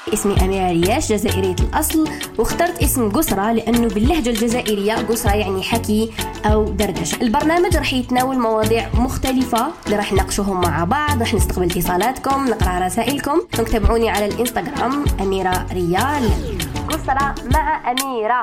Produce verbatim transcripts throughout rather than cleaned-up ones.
اسمي أميرة رياش، جزائرية الأصل، واخترت اسم قسرة لأنه باللهجة الجزائرية قسرة يعني حكي أو دردشة. البرنامج رح يتناول مواضيع مختلفة اللي رح نناقشوهم مع بعض، رح نستقبل اتصالاتكم، نقرأ رسائلكم. تابعوني على الإنستغرام أميرة ريال. قسرة مع أميرة.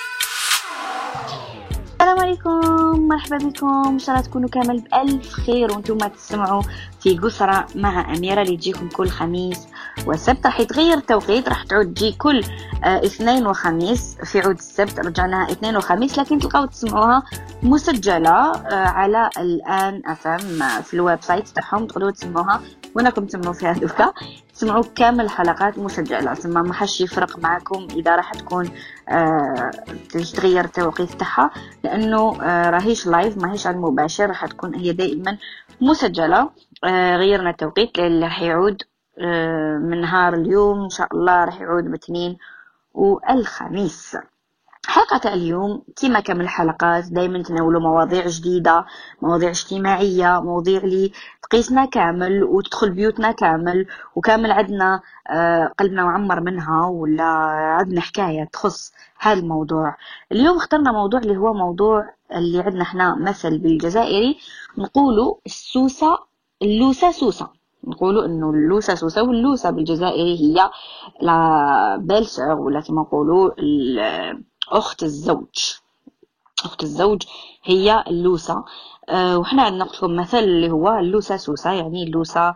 السلام عليكم، مرحبا بكم، ان شاء الله تكونوا كامل بألف خير وانتم تسمعوا في قسرة مع أميرة اللي تجيكم كل خميس وسبت. راح يتغير التوقيت، راح تعود تجي كل آه اثنين وخميس. في عود السبت رجعناها اثنين وخميس، لكن تلقاو تسمعوها مسجلة آه على الآن أفهم في الويب سايت تاعهم، تقدروا تسمعوها وانكم تسمعوا فيها دوكا، تسمعوا كامل الحلقات مسجلة. تسمى ما حش يفرق معكم إذا راح تكون آه تغير التوقيت تاعها، لأنه آه راهيش لايف، ما هيش على المباشر، راح تكون هي دائما مسجلة. آه غيرنا التوقيت اللي راح يعود آه من نهار اليوم إن شاء الله، راح يعود باثنين والخميس. حلقة اليوم كما كامل الحلقات دايما تناولوا مواضيع جديدة، مواضيع اجتماعية، مواضيع اللي تقيسنا كامل وتدخل بيوتنا كامل، وكامل عندنا آه قلبنا معمر منها، ولا عندنا حكاية تخص هذا الموضوع. اليوم اخترنا موضوع اللي هو موضوع اللي عندنا احنا مثل بالجزائري نقولوا السوسة اللوسة سوسة. نقولوا انه اللوسة سوسة، واللوسة بالجزائري هي لا بيلسر، ولا كما نقولوا أخت الزوج. أخت الزوج هي اللوسة. أه وحنا عندنا قلت لكم مثل اللي هو اللوسة سوسة، يعني اللوسة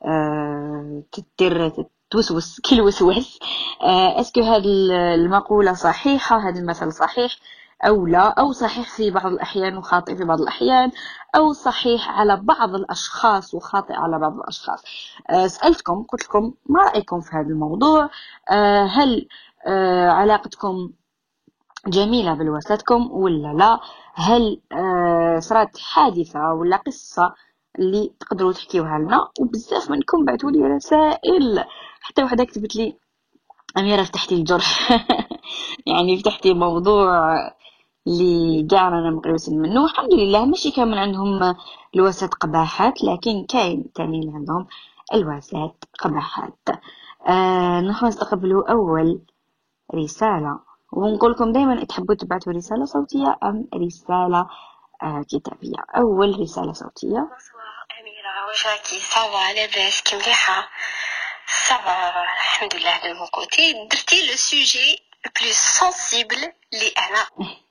أه تدير توسوس كل وسوس. أه اسكو هذه المقولة صحيحة، هذا المثل صحيح أو لا، أو صحيح في بعض الأحيان وخاطئ في بعض الأحيان، أو صحيح على بعض الأشخاص وخاطئ على بعض الأشخاص. أه سألتكم قلت لكم ما رأيكم في هذا الموضوع؟ أه هل أه علاقتكم جميلة بالوسطكم ولا لا؟ هل آه صارت حادثة ولا قصة اللي تقدروا تحكيوها لنا؟ وبزاف منكم بعتوا لي رسائل، حتى واحدة كتبت لي أميرة فتحتي الجرح يعني فتحتي موضوع اللي قاعنا أنا مقيوسين منه. الحمد لله ماشي كامل عندهم الوسط قباحات، لكن كاين تاني عندهم الوسط قباحات. آه نحن نستقبلوا أول رسالة، ونقول لكم دائما تحبوا تبعتوا رسالة صوتية أم رسالة آه كتابية. أول رسالة صوتية. أميرة وجاكي صافا لاباس كي مليحة؟ صافا الحمد لله. دو مون كوتي درتي لو سوجي بلو سنسيبل لي أنا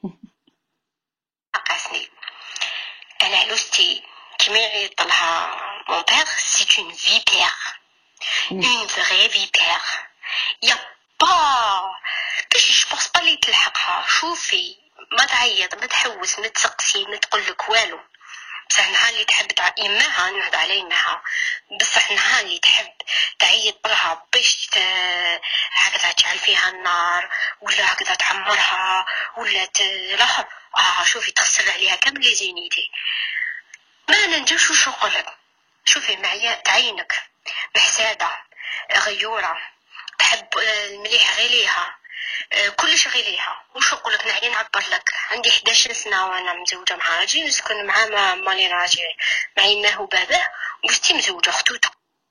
عقاسني. أنا علوستي كيما يعيط لها مون بيغ سي اون فيبير، اون فري فيبير. يا با باش جو بونس با لي تلحقها. شوفي ما تعيط، ما تحوس، ما تسقسي، ما تقولك والو. بصح نهار اللي تحب تع... يماها نهض علي معها، بصح نهار اللي تحب تعيط لها باش ت... هكذا تشعل فيها النار، ولا هكذا تعمرها، ولا ت... لا اه شوفي تخسر عليها كامل لي زينيتي. ما ننجوش وش نقولك. شوفي معايا تعينك محسادة غيورة، تحب المليح غير ليها، كلش غير ليها. وش نقولك نعي نعبر لك. عندي إحدى عشرة سنة وانا مزوجه مع راجل، نسكن مع ما مالي راجل معي ما هو باباه، وستي مزوجه خطوته.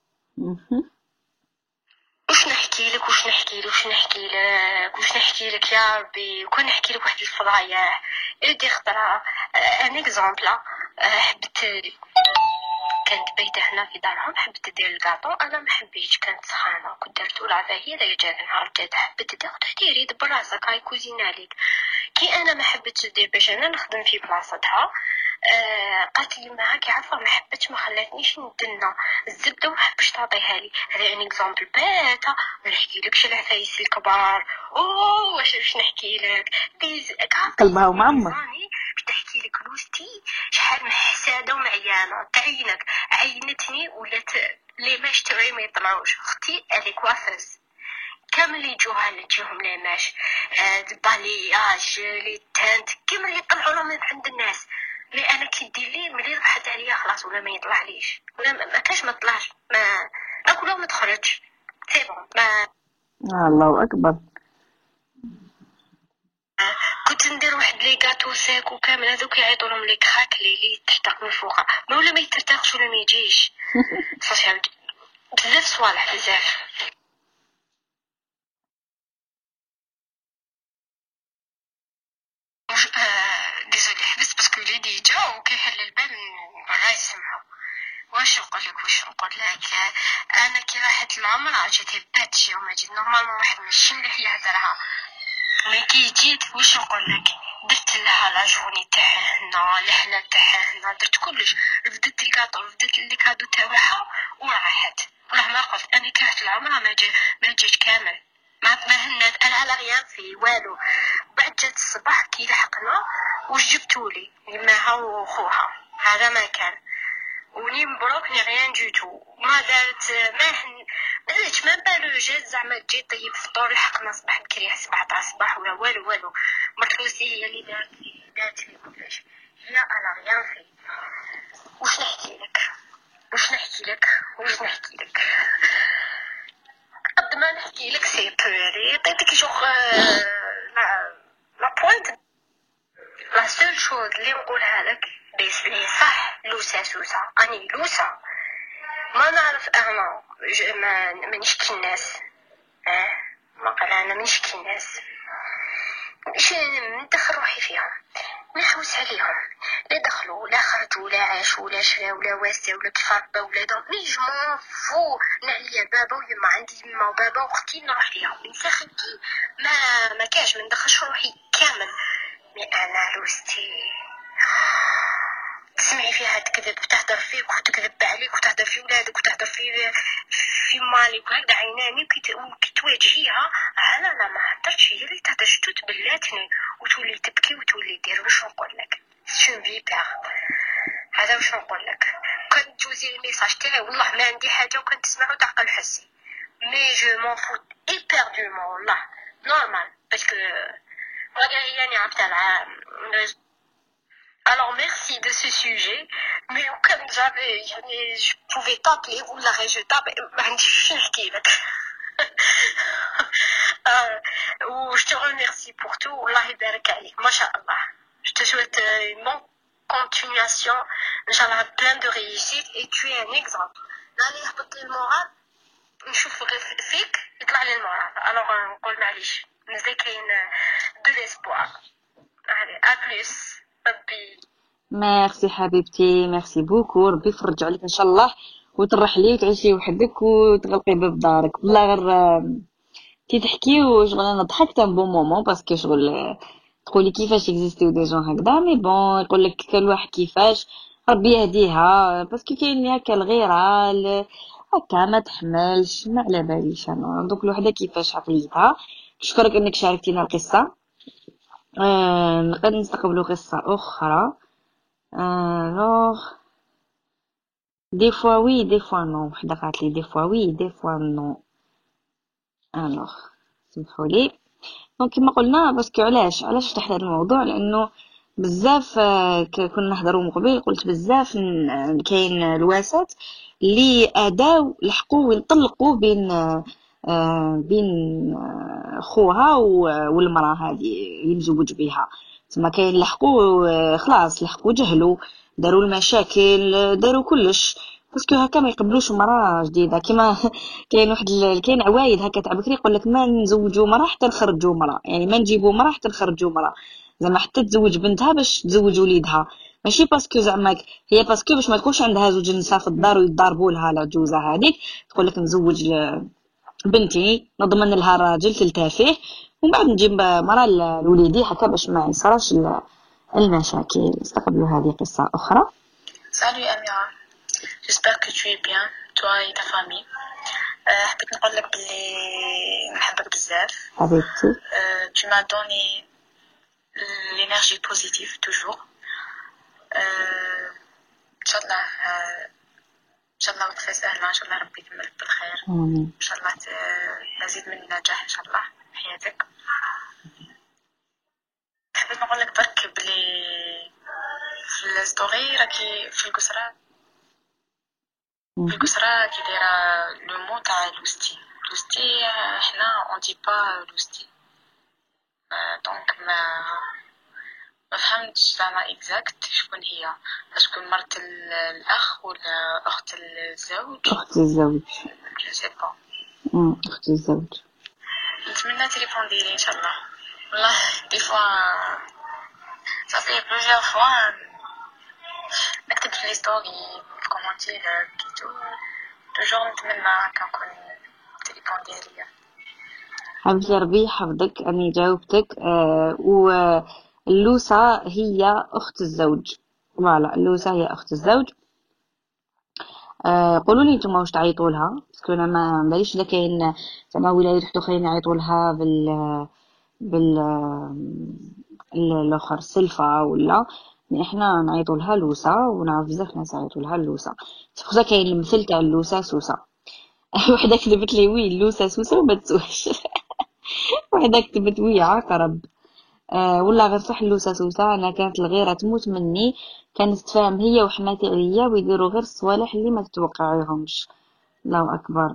وش نحكي لك وش نحكي لك وش نحكي لك وش نحكي لك يا ربي. وكون نحكي لك واحد الفضايح اللي خطره. ان اكزامبل، حبت كانت بيته هنا في دارهم، حبت تدير الكاطو، انا ما حبيتش، كانت سخانه كنت درتو العافيه هي اللي جات نهار جات حبت تدير تحتيري دبر راسك هاي كوزينه عليك. كي انا ما حبيتش ندير باش انا نخدم في بلاصتها، آه قالت لي معاك عارفه ما حبيتش، ما خلاتنيش ندنا الزبده وما حبش تعطيها لي. هذا ان اكزامبل باتا. ما نحكي لكش العفايس الكبار. اوه واش باش نحكي لك ديز قلبها ومعمر. باش تحكي لك لوستي شحال محساده ومعيانه. تعينك عينتني ولات لي ماش تاعي ما يطلعوش. اختي هذيك كوافيس كامل يجوها لجيهم لي ماش آه بالياج لي تانت كامل يطلعوا لهم من عند الناس. مي انا كي دير لي ملي ربحت عليا خلاص، ولا ما يطلعليش، ولا ما كاش ما طلعش، ما اكل ما تخرج سي بون. ما الله اكبر. كنت ندير واحد لي غاتو ساك وكامل هذوك يعيطوا لهم لي كراك لي لي تحتق من فوق، ما ولا ما يترتاحش ولا ما يجيش. صافي بزاف صوالح بزاف. لك انا كي راحت العمره جيت باتش يوم جيت نورمالمون واحد ماشي مليح يهدرها مي كي جيت واش نقول لك درت لها لا جورني تاعها هنا لهنا تاعها هنا درت كلش بدت الكاطو بدت لي كادو تاعها وراحت والله ما قلت انا كي رحت العمره ما جا ما جيت كامل ما ما هنات انا على غياب في والو بعد جات الصباح كي لحقنا واش جبتولي معها وخوها هذا ما كان وني مبروك ني ريان دوتو ما دارت ما هن ما درتش ما بالو جات زعما تجي طيب فطور لحقنا صباح بكري سبعة تاع الصباح ولا والو والو مرتوسي هي اللي دارت دارت لي كلش هي على ريان في واش نحكي لك واش نحكي لك واش نحكي لك قد ما نحكي لك سي بوري عطيتك جوغ لا لا بوينت لا سول شوز اللي نقولها لك بس لي صح لوسا سوسا اني لوسا ما نعرف انا ما مانيش كي الناس اه ما قال انا مانيش كي الناس مش ندخل روحي فيهم نحوس عليهم لا دخلوا لا خرجوا لا عاشوا لا شراو ولا واسع ولا كفار ولا دون مي جمون فو نعليا بابا ويما عندي يما وبابا واختي نروح ليهم من ساخنتي ما ما كاش ما ندخلش روحي كامل مي انا لوستي تسمعي فيها تكذب وتهدر فيك وتكذب عليك وتهدر في ولادك وتهدر في في مالك وهكذا عيناني وكي تواجهيها انا لا ما هدرتش هي اللي تهدر شتو تبلاتني وتولي تبكي وتولي دير واش نقول لك شنو فيبر هذا واش نقول لك كان تجوزي الميساج تاعي والله ما عندي حاجه وكنت تسمعوا تعقل حسي مي جو مون فوت ايبردومون والله نورمال باسكو ولا هي يعني عرفت على Alors merci de ce sujet, mais comme j'avais, je pouvais t'appeler ou la je t'appelle, euh, je te remercie pour tout, Allah يبارك عليك, Masha'Allah. Je te souhaite une bonne continuation, Inch'Allah, plein de réussite, et tu es un exemple. Là, يهبط لي المورال, نشوف فيك يطلع لي المورال. Alors نقول معليش, مازال كاين de l'espoir. Allez, à plus. ربي ميرسي حبيبتي ميرسي بوكو ربي يفرج عليك ان شاء الله وترحلي وتعيشي وحدك وتغلقي باب دارك والله غير كي تحكي شغل انا ضحكت ان بون مومون باسكو شغل تقولي كيفاش اكزيستيو دي جون هكذا مي بون يقول لك كل واحد كيفاش ربي يهديها باسكو كاين هكا الغيره هكا ما تحملش ما على باليش انا دوك الوحده كيفاش عطيتها. نشكرك انك شاركتينا القصه. آه نقدر نستقبلوا قصه اخرى. alors des fois oui des fois non وحده قالت لي des fois oui des fois non. alors سمحوا لي دونك كما قلنا باسكو علاش علاش فتحنا هذا الموضوع لانه بزاف كنا نهضروا من قبل قلت بزاف كاين الواسات اللي اداو لحقوا وينطلقوا بين بين خوها والمراه هذه يمزوج بها تما كاين لحقوا خلاص لحقوا جهلوا داروا المشاكل داروا كلش باسكو هكا ما يقبلوش مراه جديده كيما كاين واحد كاين عوايد هكا تاع بكري يقول لك ما نزوجوا مراه حتى نخرجوا مراه يعني ما نجيبوا مراه حتى نخرجوا مراه زعما حتى تزوج بنتها باش تزوج وليدها ماشي باسكو زعما هي باسكو باش ما تكونش عندها زوج نساء في الدار ويضاربوا لها العجوزه هذيك تقول لك نزوج بنتي نضمن لها راجل تلتافه ومن بعد نجيب مراه لوليدي هكا باش ما يصراش المشاكل. استقبلوا هذه قصه اخرى. Salut Amira, j'espère que tu es bien, toi et ta famille. حبيت نقول لك بلي نحبك بزاف حبيبتي. tu m'as donné l'énergie positive toujours. ان شاء الله ان شاء الله وقفه سهله ان شاء الله ربي يكملك بالخير امين ان شاء الله مزيد من النجاح ان شاء الله في حياتك. حبيت نقول لك برك بلي في الستوري راكي في القصرة في القصرة كي دايره لو مو تاع لوستي لوستي احنا اون دي با لوستي دونك ما ما فهمتش زعما اكزاكت شكون هي باسكو مرت الاخ ولا اخت الزوج اخت الزوج جو سي با امم اخت الزوج. نتمنى تريبوندي لي ان شاء الله والله دي فوا صافي بلوزيغ فوا نكتب في لي ستوري في كومونتير كيتو توجور نتمنى كنكون التليفون ديالي. حبيبتي ربي يحفظك، أني جاوبتك. آه واللوسة هي أخت الزوج. فوالا اللوسة هي أخت الزوج. آه قولوا لي نتوما واش تعيطوا لها، باسكو انا ما باليش اذا كاين زعما ولايات وحده اخرين يعيطوا لها بال بال الاخر سلفه ولا، مي احنا نعيطوا لها لوسه، ونعرف بزاف ناس يعيطوا لها اللوسه. خصها كاين المثل تاع اللوسه سوسه. وحده كتبت لي وي اللوسه سوسه وما تسواش. وحده كتبت وي عقرب. آه والله غير صح اللوسه سوسه. انا كانت الغيره تموت مني، كانت تفهم هي وحماتي عليا ويديروا غير الصوالح اللي ما تتوقعيهمش. الله اكبر.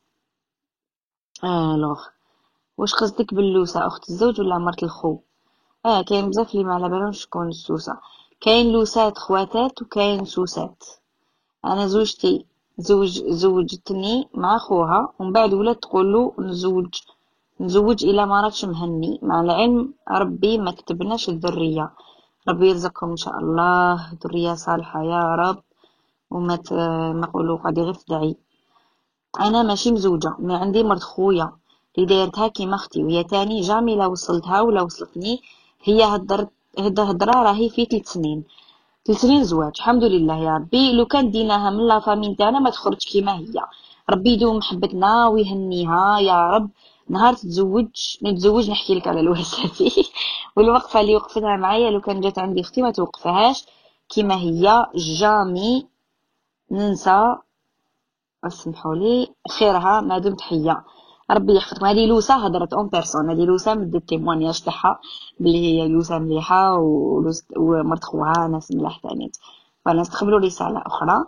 اه لوغ واش قصدك باللوسه، اخت الزوج ولا مرت الخو؟ اه كاين بزاف اللي ما على بالهمش شكون السوسه. كاين لوسات خواتات وكاين سوسات. انا زوجتي زوج زوجتني مع خوها ومن بعد ولات تقول نزوج نزوج الى ما راكش مهني، مع العلم ربي ما كتبناش الذريه. ربي يرزقكم ان شاء الله ذريه صالحه يا رب، وما ت... ما نقولوا غادي غير تدعي. انا ماشي مزوجه، مي عندي مرت خويا اللي دايرتها كيما اختي، وهي تاني جامي لا وصلتها ولا وصلتني. هي هدرت هاد هدره راهي في ثلاث سنين ثلاث سنين زواج الحمد لله يا ربي. لو كان ديناها من لا فامين تاعنا ما تخرج كيما هي. ربي يدوم محبتنا ويهنيها يا رب. نهار تتزوج نتزوج نحكي لك على الوساتي. والوقفه اللي وقفتها معايا لو كان جات عندي اختي ما توقفهاش كيما هي. جامي ننسى اسمحوا لي خيرها ما دمت حيه. ربي يحفظكم. هذه لوسه هضرت اون بيرسون، هذه لوسه مدت تيمونياج تاعها بلي هي لوسه مليحه ولوس ومرت خوها ناس ملاح ثانيت. فنستقبلوا رساله اخرى.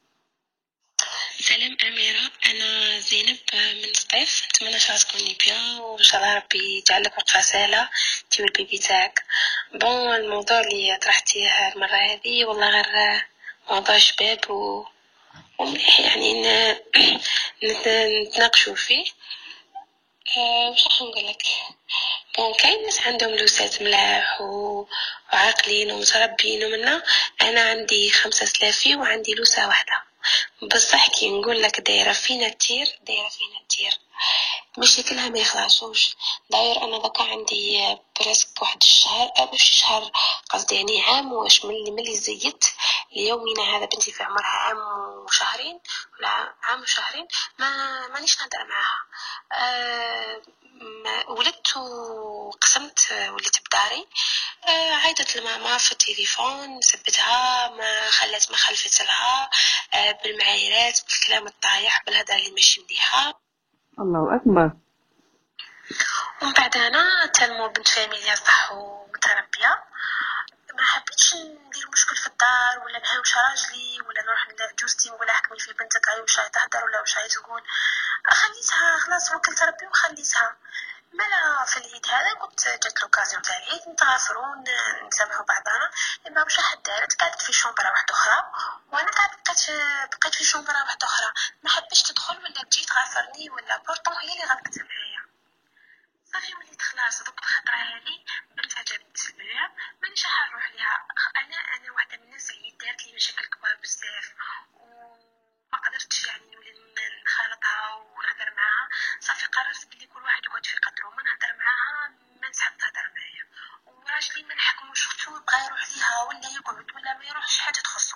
سلام أميرة، أنا زينب من سطيف. نتمنى إن شاء الله تكوني بيان وإن شاء الله ربي يجعلك وقفة سهلة تي والبيبي تاعك. بون الموضوع اللي طرحتيه المرة هذه والله غير موضوع شباب و ومليح يعني ن... نتناقشوا فيه. أه وش راح نقول لك؟ بون كاين ناس عندهم لوسات ملاح و... وعاقلين ومتربين ومنا. انا عندي خمسة سلافي وعندي لوسه واحده، بصح كي نقول لك دايره فينا التير دايره فينا التير مش كلها ما يخلصوش. داير انا بقى عندي برسك واحد الشهر او شي شهر قصدي يعني عام واش من اللي ملي زيت ليومنا هذا بنتي في عمرها عام وشهرين ولا عام وشهرين ما مانيش نهضر معاها. أه ما ولدت وقسمت وليت بداري. أه عيطت لماما في التليفون سبتها ما خلت ما خلفت لها. أه بالمعايرات بالكلام الطايح بالهدره اللي ماشي مليحه. الله اكبر. ومن بعد انا تلمو بنت فاميليا صح ومتربيه ما حبيتش ندير مشكل في الدار ولا نهاوش راجلي ولا نروح لجوزتي نقول حكمي في بنتك هاي وش تهدر ولا وش تقول. خليتها خلاص وكلت ربي وخليتها. مالا في العيد هذا كنت جات لوكازيون تاع العيد نتغافروا نسامحوا بعضنا. اما واش راح دارت قعدت في شومبره واحده اخرى وانا قاعده بقيت بقيت في شومبره واحده اخرى ما حبيتش تدخل ولا تجي تغافرني ولا بورطون هي اللي غلطت معايا. صافي وليت خلاص دوك الخطره هذه بنتها جابت ليا مانيش راح نروح ليها. انا انا واحده من الناس اللي دارت لي مشاكل كبار بزاف وما قدرتش يعني نولي نخالطها ونهضر معاها. صافي قررت بلي كل واحد يقعد في قدره ما نهضر معاها ما نسحب تهضر معايا وراجلي ما نحكموش ختو يبغى يروح ليها ولا يقعد ولا ما يروحش حاجه تخصو.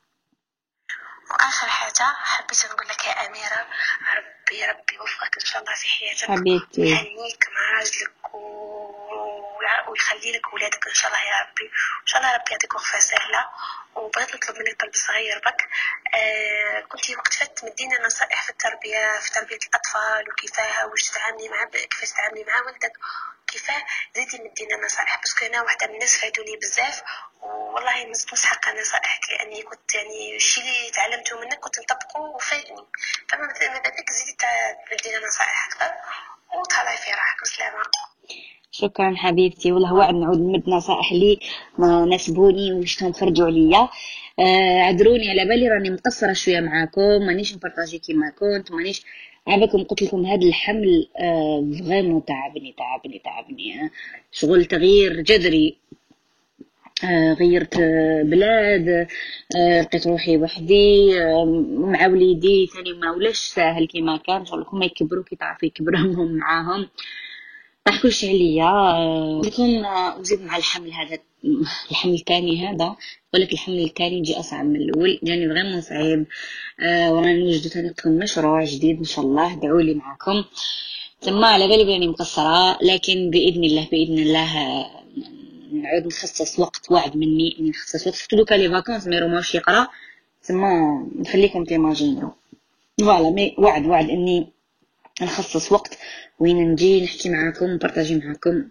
واخر حاجه حبيت نقول لك يا اميره ربي ربي يوفقك ان شاء الله في حياتك حبيبتي يهنيك مع راجلك و... ويخلي لك ولادك ان شاء الله يا ربي. ان شاء الله ربي يعطيك وقفه سهله. وبغيت نطلب منك طلب صغير بك. آه كنتي وقت فات مدينا نصائح في التربيه في تربيه الاطفال وكيفاه واش تتعاملي مع كيفاش تتعاملي مع ولدك كيفاه زيدي مدينا نصائح باسكو انا واحده من الناس فادوني بزاف والله مستحقه نصائحك لاني كنت يعني الشيء اللي تعلمته منك كنت نطبقه وفادني. فما بالك زيدي تدينا نصائح اكثر وتهلاي في راحتك بسلامه. شكرا حبيبتي. والله وعد نعود نمد نصائح لي ما ناسبوني وشتهم تفرجوا عليا. آه عذروني على بالي راني مقصره شويه معاكم مانيش نبارطاجي كيما كنت مانيش عابكم. قلت لكم هذا الحمل آه فريمون تعبني تعبني تعبني آه. شغل تغيير جذري آه، غيرت آه، بلاد، آه، لقيت روحي وحدي آه، مع وليدي ثاني ما ولاش ساهل كيما كان شغل هما يكبروا كي تعرفي يكبرهم معاهم طاح كلشي عليا آه، لكن آه، وزيد مع الحمل هذا الحمل الثاني هذا ولكن الحمل الثاني يجي اصعب من الاول جاني فريمون صعيب آه، وراني نوجد ثاني لكم مشروع جديد ان شاء الله ادعوا لي معكم ثم على بالي باني مقصره لكن باذن الله باذن الله آه، نعود نخصص وقت وعد مني اني نخصص وقت شفتو دوكا لي فاكونس ميرو ماوش يقرا تما نخليكم تيماجينيو فوالا مي وعد وعد اني نخصص وقت وين نجي نحكي معاكم ونبارطاجي معاكم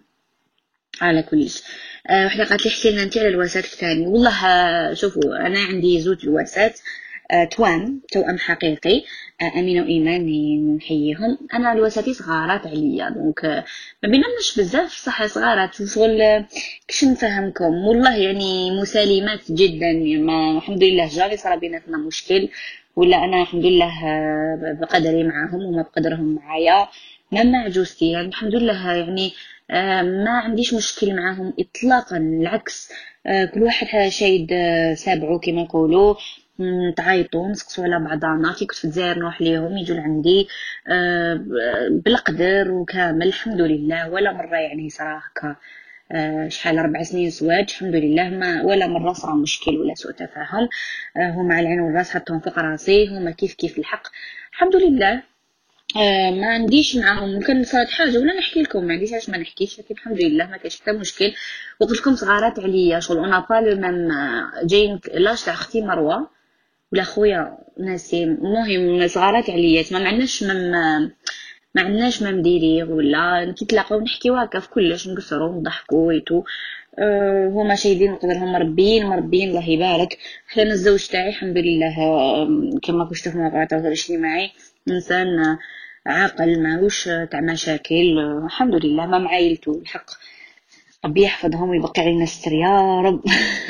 على كلش. أه وحده قالت لي احكي لنا انت على الواتساب الثاني والله آه، شوفوا انا عندي زوج الواتساب أه توام توأم حقيقي أه امينه وايمان نحييهم انا الواتسابي صغارات عليا دونك أه ما بينامش بزاف صح صغارات وشغل آه، كش نفهمكم والله يعني مسالمات جدا يعني ما الحمد لله جاري صار بيناتنا مشكل ولا انا الحمد لله آه، بقدري معاهم وما بقدرهم معايا ما مع جوزتي يعني الحمد لله يعني آه، ما عنديش مشكل معاهم اطلاقا العكس آه، كل واحد شايد آه، سابعو كما يقولوا نتعايطوا نسقسوا على بعضنا كي كنت في الجزائر نروح ليهم يجوا لعندي آه، بالقدر وكامل الحمد لله ولا مره يعني صراحه هكا آه، شحال أربع سنين زواج الحمد لله ما ولا مرة صار مشكل ولا سوء تفاهم آه، هما على العين والراس حطهم فوق راسي هما كيف كيف الحق الحمد لله آه، ما عنديش معاهم ممكن صارت حاجه ولا نحكي لكم ما عنديش علاش ما نحكيش لكن الحمد لله ما كاينش حتى مشكل وقلت لكم صغارات عليا شغل انا با لو ميم جايين لاش تاع اختي مروه ولا خويا نسيم المهم صغارات عليا ما معناش مم ما عندناش ما نديريه ولا كيتلاقاو نحكيو هكا في كلش نقصروا ونضحكوا ويتو أه هما شايدين نقدرهم مربيين مربيين الله يبارك حتى انا الزوج تاعي الحمد لله آه، كما كنت في مقاطعه التواصل الاجتماعي انسان آه، عاقل ماهوش تاع مشاكل آه، الحمد لله ما معايلته الحق ربي يحفظهم ويبقي علينا الستر يا رب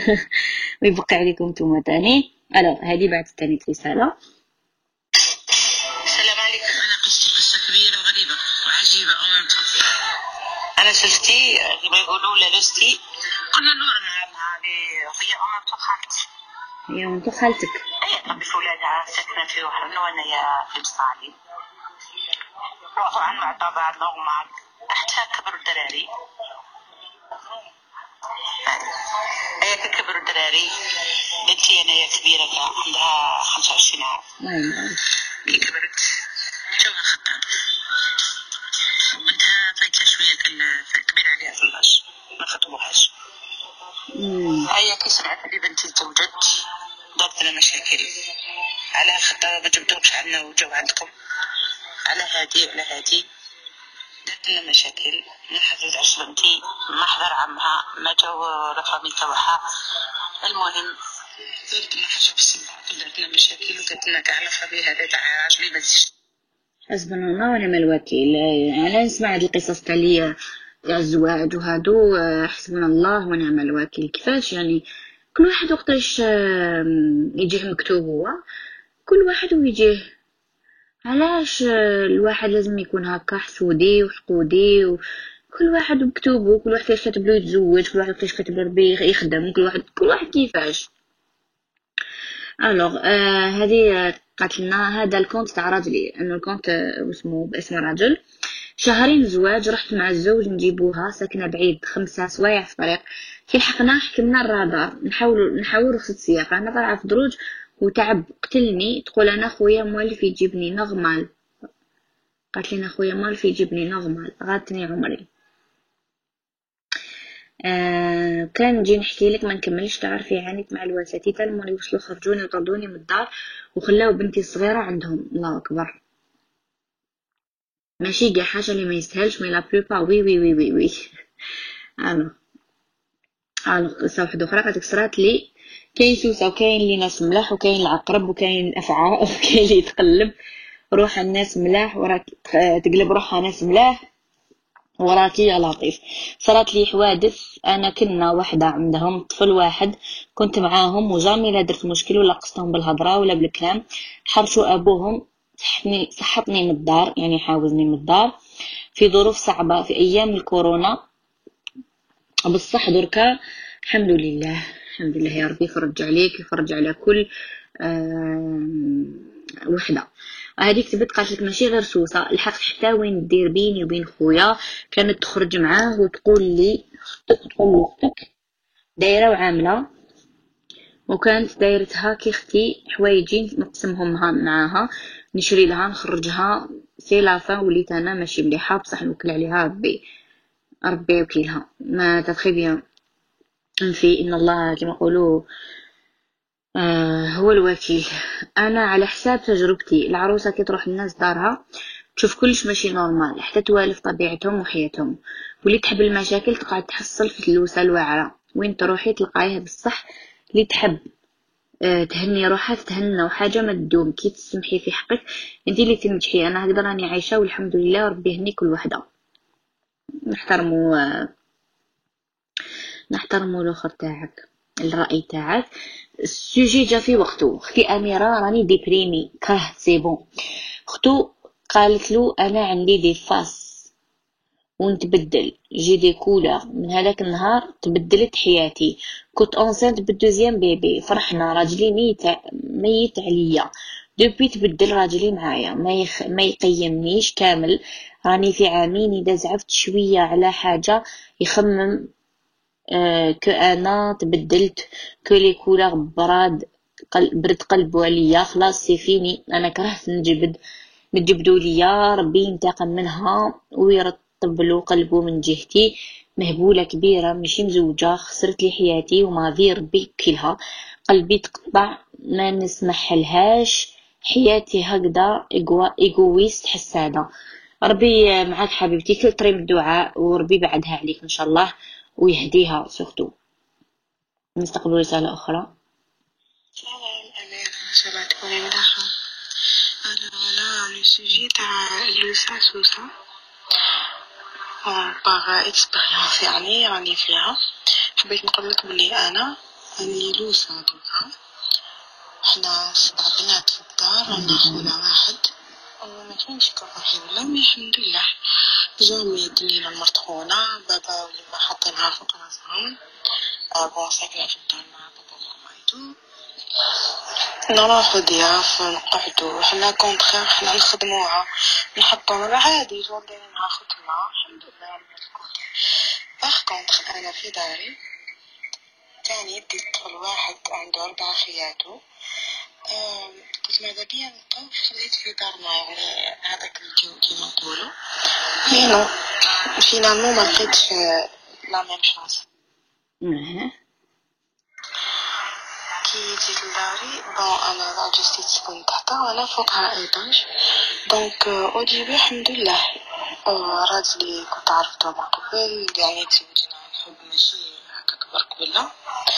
ويبقي عليكم نتوما تاني الو هذه بعد ثاني رساله. السلام عليكم. انا قصتي قصه كبيره وغريبه وعجيبه امامك. انا شفتي كما يقولوا لالوستي كنا نور مع مع هي امامته خالتي هي أمت خالتك هي تربي في ولادها ساكنه في وحده وانا هي في مصالي طبعا مع بعض نورمال حتى كبروا الدراري هي كبروا الدراري بنتي انا هي كبيره عندها خمسة وعشرين عام نعم كي كبرت جوها خطاب وبنتها فايتة شوية كبيرة عليها في اللاش ما خطبوهاش هي كي سمعت بلي بنتي تزوجت دارت لنا مشاكل على خطاب ما جبتوش عندنا وجو عندكم على هادي وعلى هادي دارت لنا مشاكل ما حضرت عرس بنتي ما حضر عمها ما جاو لافامي تاعها المهم دارت لنا حاجة في السماء دارت لنا مشاكل ودارت لنا كاع لافامي هذا تاع راجلي ما تزيدش حسبنا الله ونعم الوكيل. انا نسمع هاد القصص تاع لي تاع الزواج وهادو حسبنا الله ونعم الوكيل كيفاش يعني كل واحد وقتاش يجيه مكتوب هو كل واحد ويجيه علاش الواحد لازم يكون هكا حسودي وحقودي وكل واحد بكتوبه كل واحد كيفاش كاتبلو يتزوج كل واحد كيفاش كاتبلو ربي يخدم كل واحد كل واحد كيفاش الوغ آه هذه قالت لنا هذا الكونت تاع راجلي انه الكونت اسمه باسم الرجل شهرين زواج رحت مع الزوج نجيبوها ساكنه بعيد خمسة سوايع في الطريق كي لحقنا حكمنا الرادار نحاولوا نحاول رخصه السياقه انا طالعه في دروج وتعب قتلني تقول انا خويا موالف يجيبني نغمال قالت لنا خويا موالف يجيبني نغمال غاتني عمري آه كان نجي نحكي لك ما نكملش تعرفي عانيت مع الوساتية المولي وصلوا خرجوني وطردوني من الدار وخلاو بنتي الصغيره عندهم الله اكبر ماشي كاع حاجه اللي ما يستاهلش مي لا بلوبا وي وي وي وي وي الو الو قصه وحده اخرى قالت صرات لي كاين سوسه وكاين اللي ناس ملاح وكاين العقرب وكاين الافعى وكاين اللي يتقلب روح الناس ملاح وراك تقلب روحها ناس ملاح وراكي يا لطيف. صارت لي حوادث انا كنا وحده عندهم طفل واحد كنت معاهم وجامي لا درت مشكل ولا قصتهم بالهضره ولا بالكلام حرشوا ابوهم صحتني صحتني من الدار يعني حاوزني من الدار في ظروف صعبه في ايام الكورونا بصح دركا الحمد لله الحمد لله يا ربي، يفرج عليك يفرج على كل وحده. هذيك تبت قالت لك ماشي غير سوسه، الحق حتى وين دير بيني وبين خويا كانت تخرج معاه وتقول لي اختك تقول اختك دايره وعامله، وكانت دايرتها كي اختي حوايجي نقسمهم معاها، نشري لها نخرجها سي لافا. وليت انا ماشي مليحه بصح نوكل عليها ربي ربي وكيلها. ما تخي بيان في ان الله كما يقولوا آه هو الوكيل. انا على حساب تجربتي، العروسه كي تروح الناس دارها تشوف كلش ماشي نورمال، حتى توالف طبيعتهم وحياتهم. واللي تحب المشاكل تقعد تحصل في فلوسها الواعره، وين تروحي تلقايها بصح. اللي تحب آه تهني روحها تهنى، وحاجه ما تدوم كي تسمحي في حقك انت اللي تنجحي. انا هكذا راني عايشه والحمد لله، ربي يهني كل وحده. نحترموا آه نحترموا الاخر تاعك، الراي تاعك. السوجي جا في وقته. اختي اميره راني ديبريمي كره سي بون. اختو قالت له انا عندي دي فاس ونتبدل جي دي كولر. من هذاك النهار تبدلت حياتي. كنت انسنت بالدوزيام بيبي، فرحنا. راجلي ميت ميت عليا دوبي تبدل راجلي معايا، ما يخ... ما يقيمنيش كامل. راني في عامين اذا زعفت شويه على حاجه يخمم آه كو انا تبدلت، كو لي كولر براد قلب برد قلبه عليا. خلاص سي فيني، انا كرهت نجبد نجبدو ليا، ربي ينتقم منها ويرطب له قلبه من جهتي. مهبوله كبيره ماشي مزوجه، خسرت لي حياتي وما في ربي كلها. قلبي تقطع ما نسمح لهاش، حياتي هكذا ايغويست حساده. ربي معك حبيبتي، كل طريق الدعاء وربي بعدها عليك ان شاء الله ويهديها. سورتو نستقبل رساله اخرى. سلام أميرة، إن شاء الله تكوني مليحة. أنا على لو سوجي تاع لوسا سوسا باغ اكسبيريونس يعني راني فيها. حبيت نقولك بلي أنا راني لوسا دوكا. حنا سبع بنات في الدار، رانا خونا واحد وما كاينش كروحي ولا مي الحمد لله. جامي دنينا المرتخونة، بابا ولما حاطينها فوق راسهم. بون ساكنة في الدار مع بابا وماما ايتو. نروحو ضياف نقعدو، حنا كونتخير حنا نخدموها نحطو عادي جور دايرينها خدمة الحمد لله من الكوتي. باغ كونتخ انا في داري كان يدي الطفل واحد عنده اربع خياتو. كنت ماذا بيا نطوف خليت في دارنا يعني هذاك الجو كيما نقولو. مينو فينالمون ما لقيتش لا ميم شانس. كي جيت لداري بون انا راجلتي تسكن تحتها وانا فوقها ايطاج. دونك او ديبي الحمد لله راجلي كنت عرفته من قبل يعني تزوجنا عن حب ماشي هكا كبر قبلنا.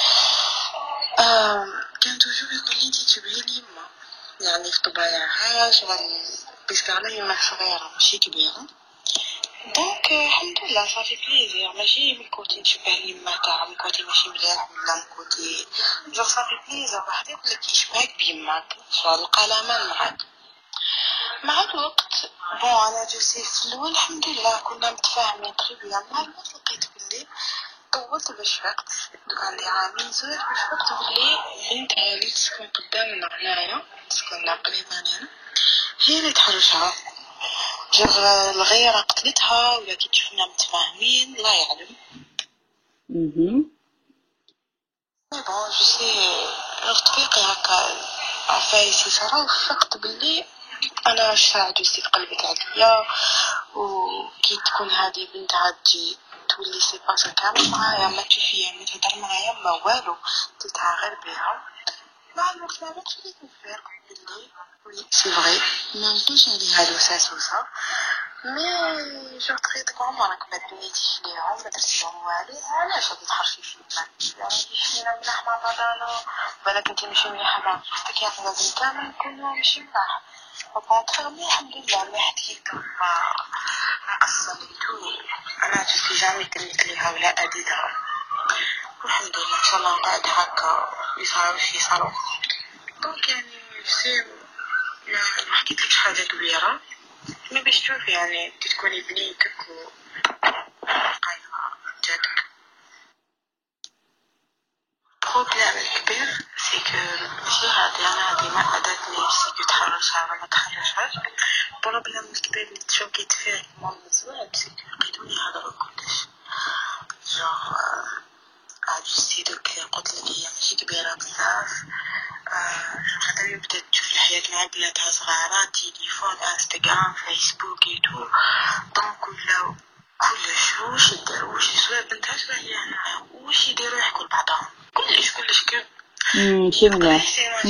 كان توجو يقول لي انتي تشبهي لي يما، يعني في طبايعها شغل بيسك على يما صغيره ماشي كبيره. دونك الحمد لله صافي بليزير، ماشي من كوتي نشبه اليما تاع من كوتي ماشي مليح ولا من كوتي جو صافي بليزير. واحد يقولك يشبهك بيماك تلقى الامان معاك مع الوقت. بون انا جو سي في الاول الحمد لله كنا متفاهمين طري بيان. مع الوقت لقيت بلي طولت باش فقت، دوك عندي عامين زوج باش فقت بلي بنتها اللي تسكن قدامنا هنايا تسكن قريبه لينا هي اللي تحرشها. جر الغيرة قتلتها ولا كي تشوفنا متفاهمين لا يعلم. اها مي بون جو سي رفيقي هكا عفايسي صرا وفقت باللي انا شاعد وسيت قلبك عليا. وكي تكون هذه بنتها تجي تولي سي باسا كامل معايا، ما تشوفيها ما تهدر معايا ما والو، تلتها غير بيها. مع الوقت ما بقيتش نفيق باللي وي سي فري ما نقولش عليها لوساسوسه. مي جو تريتك عمرك ما دنيتي ليهم ما درتيهم والو، علاش غادي تحرشي فيهم؟ يعني حنا ملاح مع بعضنا بالك انت ماشي مليحه مع اختك، يعني لازم كامل نكونوا ماشي ملاح. وكونتخيغ مي الحمد لله الواحد كيكون ما قصليتو انا جوستي جامي تنيت ليها ولا اديتها والحمد لله ان شاء الله نقعد هكا يصير شي صالون. دونك يعني سي ما حكيتلكش حاجه كبيره مي باش تشوف يعني تكوني بنيتك وقايمه جاتك. البروبليم الكبير سي كو ماشي هادي انا هادي ما عادتني سي كو تحرشها ولا ما تحرشهاش. البروبليم الكبير اللي تشوكيت فيه مام الزواج سي كو لقيتوني يهضروا كلش جوغ عاد جستي دوك قلت لك هي ماشي كبيره بزاف. جوغ هذا بدات تشوف الحياه مع بناتها صغيره تليفون انستغرام فيسبوك اي تو دونك ولاو كلش واش يديروا واش يسوى بنتها شنو هي هنا واش يديروا يحكوا لبعضهم كلش كلش كيف شي مليح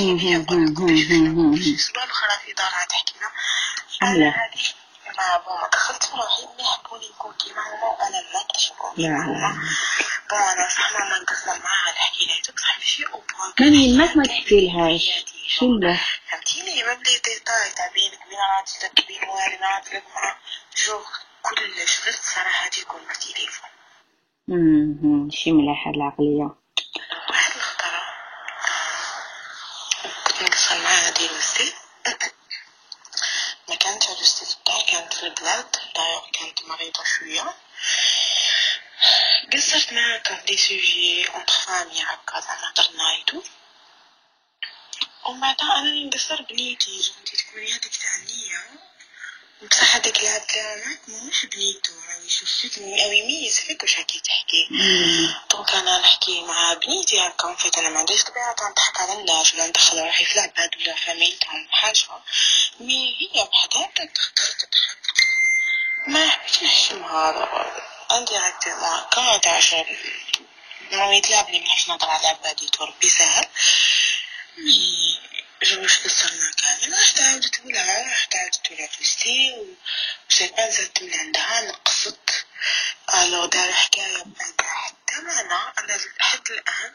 الصباح الاخرى في دارها تحكينا انا هذه ما بون دخلت روحي ما يحبوني نكون كيما هما وانا ما نقدرش نكون كيما هما. بون انا صح ما نقدر معاها نحكي لها دوك صح ماشي او بوان كان يماك ما تحكي لهاش شي مليح فهمتيني ما بلي ديتاي تاع بينك بين راجلك بين والدك مع جوغ كلش غير الصراحه تكون في التليفون. امم شي مليح هاد العقليه. واحد الخطره كنت نقصر معاها ديال وستي ما كانت عجوزتي في الدار كانت في البلاد دايوغ كانت مريضه شويه قصرت معاها كان دي سوجي اونتر فامي هكا زعما هضرنا ايتو ومن بعد انا اللي نقصر بنيتي جونتي تكون هذيك تاع النيه بصح هذاك العبد معاك ماهوش بنيتو راه يشوف فيك او يميز فيك واش راكي تحكي. دونك انا نحكي مع بنيتي هكا فيت انا ما عنديش طبيعه تاع نضحك على الناس ولا ندخل روحي في العباد ولا فاميلتهم حاجه مي هي بحدها تقدر تضحك ما حبيتش نحشمها انديريكتومون هكا تاع شغل ما يتلعبني ما نحبش نهضر على العباد يتوربي ساهل مي جوش قصرنا كامل راح عاودت تقولها راح عاودت تقولها فستي وشيطان زدت من عندها نقصت الو دار حكايه بعد حتى معنا انا لحد الان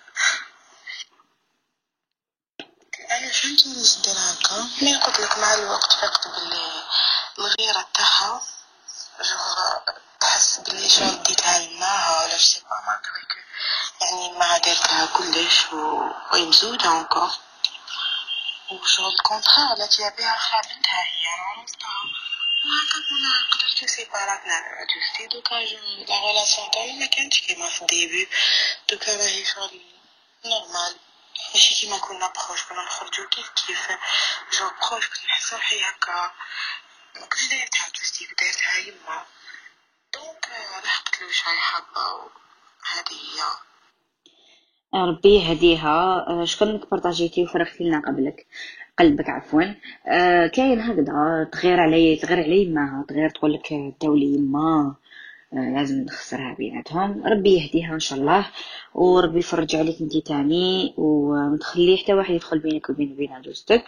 انا فهمت واش ندير هكا مي قلت لك مع الوقت فقت باللي الغيره تاعها جو تحس باللي شغل ديتها لماها ولا شي با ما كريك يعني ما درتها كلش ومزوده انكور وشغل الكونترا التي بها خا بنتها هي راه وهكا كنا قدرت سيباراتنا عجوزتي دوكا جو لا ريلاسيون تاعنا ما كانتش كيما في الديبي دوكا راهي شغل نورمال ماشي كيما كنا بروش كنا نخرجو كيف كيف جو بروش كنت نحس روحي هكا ما كنتش دايرتها عجوزتي دايرتها يما دونك لحقت له شي حبه هذه هي. ربي يهديها. شكون بارطاجيتي وفرختي لنا قبلك قلبك عفوا. أه كاين هكذا تغير علي تغير علي يماها تغير تقول لك داولي يما أه لازم نخسرها بيناتهم. ربي يهديها ان شاء الله وربي يفرج عليك انتي تاني وما تخلي حتى واحد يدخل بينك وبين بين عجوزتك.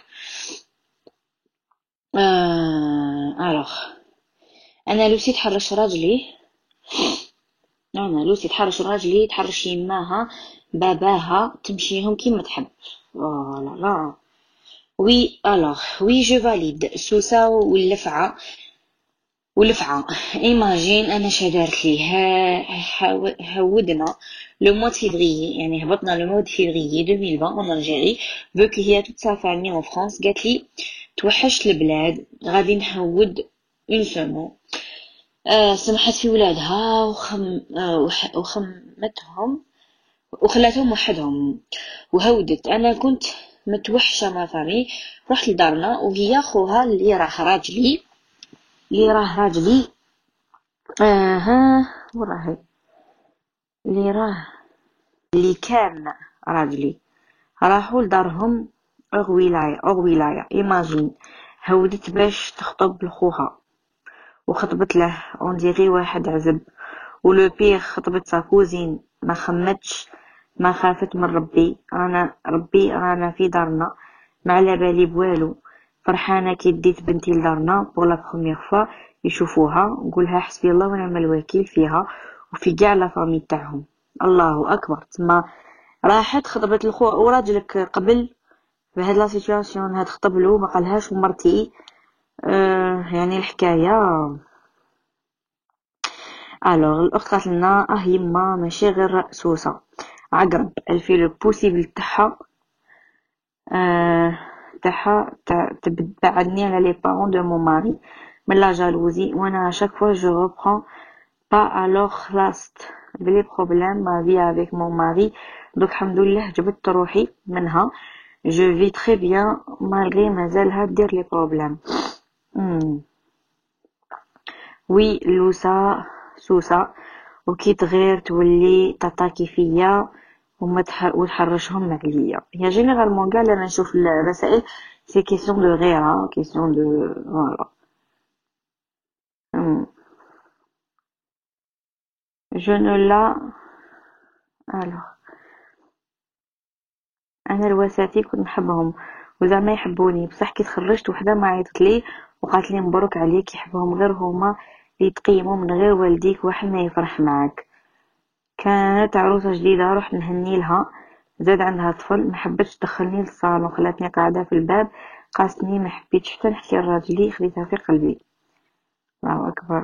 أه الوغ انا لوسي تحرش راجلي انا لوسي تحرش راجلي تحرش يماها باباها تمشيهم كيما تحب. اه لا لا وي الوغ وي جو فاليد سوسا واللفعه واللفعه ايماجين انا شدارت لي ها هودنا لو مود فيفري يعني هبطنا لو مود فيفري ألفين وعشرين en Algérie vu que هي toute sa famille en France قالت لي توحشت البلاد غادي نهود اون سيمون. آه سمحت في ولادها وخم آه وح... وخمتهم وخلاتهم وحدهم وهودت. انا كنت متوحشه ما فامي رحت لدارنا وهي خوها اللي راه راجلي اللي راه راجلي اها وراهي اللي راه اللي كان راجلي راحوا لدارهم اور ولايه اور ولايه ايماجين هودت باش تخطب لخوها وخطبت له اون ديري واحد عزب ولو بيغ خطبت سا كوزين ما خمتش ما خافت من ربي. انا ربي رانا في دارنا ما على بالي بوالو فرحانه كي ديت بنتي لدارنا بور لا بروميير فوا يشوفوها نقولها حسبي الله ونعم الوكيل فيها وفي كاع لا فامي تاعهم. الله اكبر تما راحت خطبت الخو وراجلك قبل بهاد لا سيتوياسيون هاد خطب له ما قالهاش ومرتي أه يعني الحكايه. الوغ الاخت قالت لنا اه يما ماشي غير سوسه عقرب الفي لو بوسيبل تاعها أه تاعها تبعدني على لي بارون دو مون ماري من لا جالوزي وانا شاك فوا جو ريبرون با الوغ خلاصت بلي بروبليم ما في افيك مون ماري دوك الحمد لله جبدت روحي منها. جو في تري بيان مالغري مازالها دير لي بروبليم. وي لوسا سوسه وكي تغير تولي تطاكي فيا وما وتحرشهم عليا. هي جينيرالمون كاع انا نشوف الرسائل سي كيسيون دو غيره كيسيون دو فوالا. جو نو لا الوغ انا الوساتي كنت نحبهم وزعما يحبوني، بصح كي تخرجت وحده ما عيطت لي وقالت لي مبروك عليك، يحبهم غير هما اللي يتقيموا من غير والديك واحد ما يفرح معاك. كانت عروسه جديده رحت نهني لها، زاد عندها طفل، ما حبتش تدخلني للصالون، خلاتني قاعده في الباب قاستني، ما حبيتش حتى نحكي لراجلي، خديتها في قلبي. الله اكبر.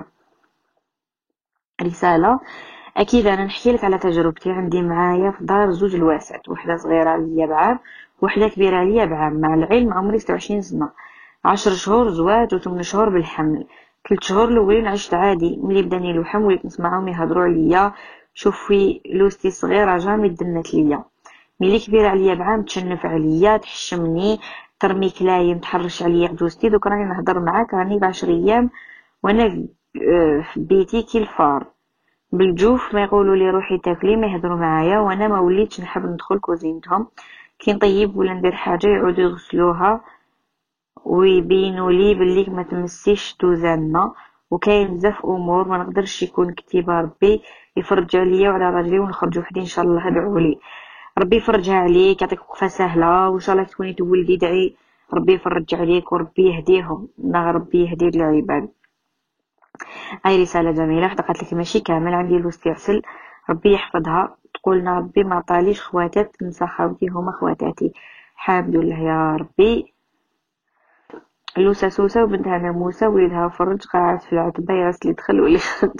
رساله اكيد انا نحكي لك على تجربتي. عندي معايا في دار زوج الواسات، وحده صغيره عليا بعام وحده كبيره عليا بعام. مع العلم عمري ستة وعشرين سنه، عشر شهور زواج وثمان شهور بالحمل. ثلاث شهور الاولين عشت عادي، ملي بداني الوحم وليت نسمعهم يهضروا عليا، شوفي لوستي صغيره جامي دنت ليا. ملي كبيره عليا بعام تشنف عليا، تحشمني، ترمي كلايم، تحرش عليا عجوزتي. دوك راني نهضر معاك راني بعشر ايام وانا في بيتي كي الفار بالجوف، ما يقولوا لي روحي تاكلي، ما يهضروا معايا، وانا ما وليتش نحب ندخل كوزينتهم. كي نطيب ولا ندير حاجه يعودوا يغسلوها ويبينوا لي باللي ما تمسيش توزاننا. وكاين بزاف امور ما نقدرش يكون كتيبه ربي يفرج عليا وعلى راجلي ونخرج وحدي ان شاء الله. ادعوا لي ربي يفرجها عليك، يعطيك وقفه سهله، وان شاء الله تكوني تولدي. دعي ربي يفرج عليك وربي يهديهم، ربي يهدي العباد. هاي رسالة جميلة. حتى قالت لك ماشي كامل، عندي لوستي عسل ربي يحفظها، تقولنا ربي ما عطاليش خواتات نسا خاوتي هما خواتاتي، الحمد لله يا ربي. لوسا سوسة وبنتها ناموسة وليدها فرج قاعد في العتبة يرسل اللي دخل واللي خرج.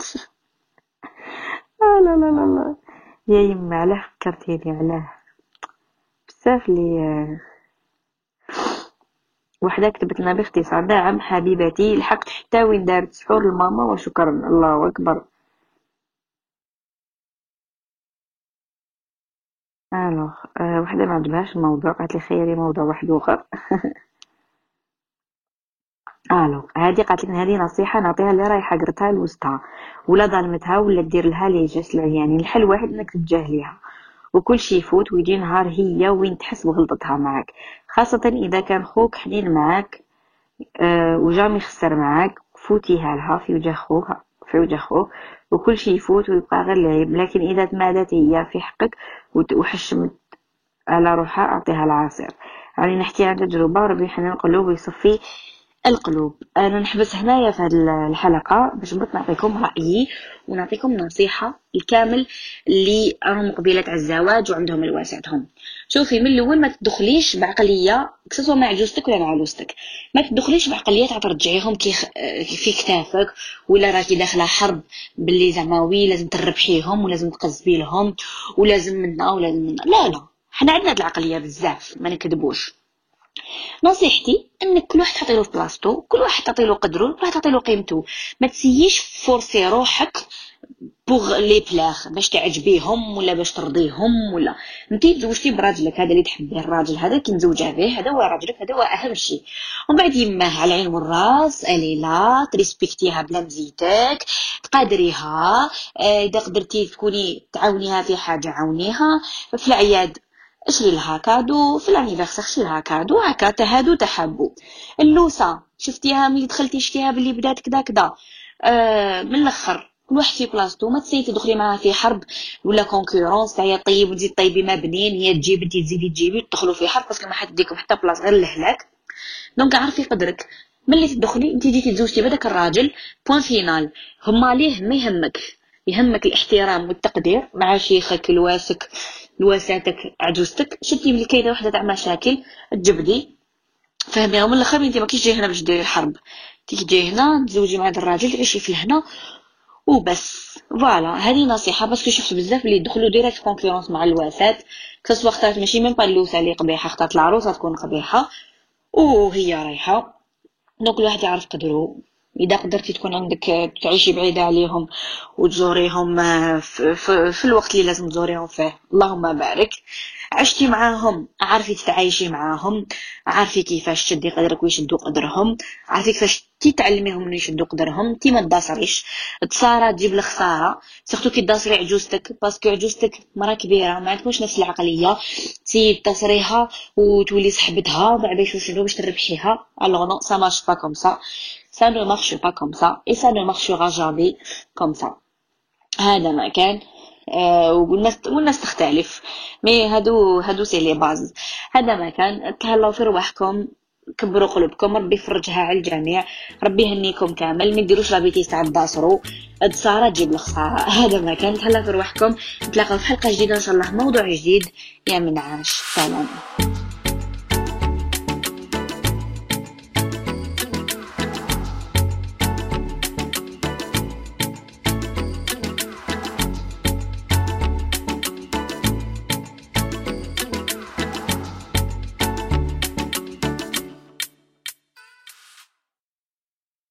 لا لا لا لا يا يما علاه فكرتيني، علاه بزاف لي. وحده كتبت لنا باختصار: نعم حبيبتي لحقت حتى وين دارت سحور الماما وشكرا. الله اكبر. الوغ أه وحده ما عجبهاش الموضوع، قالت لي خيري موضوع واحد اخر. الوغ هذه قالت لك هذه نصيحه نعطيها اللي رايحه قرتها لوسطها ولا ظلمتها ولا دير لها لي جاس العيانين. الحل واحد انك تتجاهليها وكل شي يفوت ويجي نهار هي وين تحس بغلطتها معك، خاصه اذا كان خوك حنين معك أه وجامي يخسر معك. فوتيها لها في وجه خوها في وجه خوه وكل شي يفوت ويبقى غير العيب. لكن اذا تمادت هي في حقك وحشمت على روحها اعطيها العصير. يعني نحكي عن تجربه ربي يحنن القلوب ويصفي القلوب. انا نحبس هنايا في هذه الحلقه باش بغيت نعطيكم رايي ونعطيكم نصيحه الكامل اللي راهم قبيله على الزواج وعندهم الواسعتهم. شوفي من الاول ما تدخليش بعقليه كسوا مع عجوزتك ولا مع عروستك، ما تدخليش بعقليه تاع ترجعيهم كي في كتافك ولا راكي داخله حرب باللي زعما وي لازم تربحيهم ولازم تقزبي لهم ولازم منا ولازم منا. لا لا حنا عندنا هاد العقليه بزاف ما نكذبوش. نصيحتي انك كل واحد تعطيله في بلاصتو، كل واحد تعطيله قدره، كل واحد تعطيله قيمته. ما تسييش فورسي روحك بوغ لي بلاغ باش تعجبيهم ولا باش ترضيهم. ولا انتي تزوجتي براجلك هذا اللي تحبيه، الراجل هذا كي مزوجه به هذا هو راجلك، هذا هو اهم شيء. ومن بعد يماه على العين والراس الي لا تريسبكتيها بلا مزيتك تقادريها. اذا قدرتي تكوني تعاونيها في حاجه عاونيها. في العياد اشري لها كادو، في الانيفرسير شري لها كادو، هكا تهادو تحبوا. اللوسه شفتيها ملي دخلتي شفتيها باللي بدات كذا كذا. آه من الاخر كل واحد في بلاصتو، ما تسيتي تدخلي معاها في حرب ولا كونكورونس تاع هي طيب وتزيد طيبي ما بنين، هي تجيب انت تزيدي تجيبي تدخلوا في حرب باسكو ما حد يديكم حتى بلاصه غير الهلاك. دونك عرفي قدرك ملي تدخلي انت جيتي تزوجتي بهذاك الراجل بوين فينال. هما ليه ما يهمك، يهمك الاحترام والتقدير مع شيخك الواسك لواساتك عجوزتك. شتي بلي كاينه وحده تاع مشاكل تجبدي فهميها من الاخر. انت ما كيش جاي هنا باش ديري الحرب، انت جاي هنا تزوجي مع هذا الراجل تعيشي فيه هنا وبس. فوالا هذه نصيحه باسكو شفت بزاف اللي يدخلوا ديريكت كونكورونس مع الواسات. كسوا اختارت ماشي ميم با اللوسه اللي قبيحه، اختارت العروسه تكون قبيحه وهي رايحه. دونك الواحد يعرف قدره اذا قدرتي تكون عندك تعيشي بعيده عليهم وتزوريهم في, في, في الوقت اللي لازم تزوريهم فيه، اللهم بارك. عشتي معاهم، عارفي تتعايشي معاهم، عارفي كيفاش تشدي قدرك ويشدوا قدرهم، عارفي كيفاش تتعلميهم انه يشدوا قدرهم. تي ما تداصريش، تصارى تجيب الخساره، سورتو كي تداصري عجوزتك، باسكو عجوزتك مرا كبيره ما عندكوش نفس العقليه، تي تداصريها وتولي صاحبتها ما باش شنو باش تربحيها. الوغ نو سا مارش با كوم سا، ça ne marche pas comme ça et ça ne marchera jamais comme ça. هذا ما كان. آه والناس والناس تختلف، مي هادو هادو سي لي باز. هذا ما كان. تهلاو في رواحكم، كبروا قلوبكم، ربي يفرجها على الجميع، ربي يهنيكم كامل. ما ديروش لابيتي تاع تداصروا الخساره تجيب الخساره. هذا ما كان. تهلاو في رواحكم، نتلاقاو في حلقه جديده ان شاء الله، موضوع جديد. يا منعاش، سلام.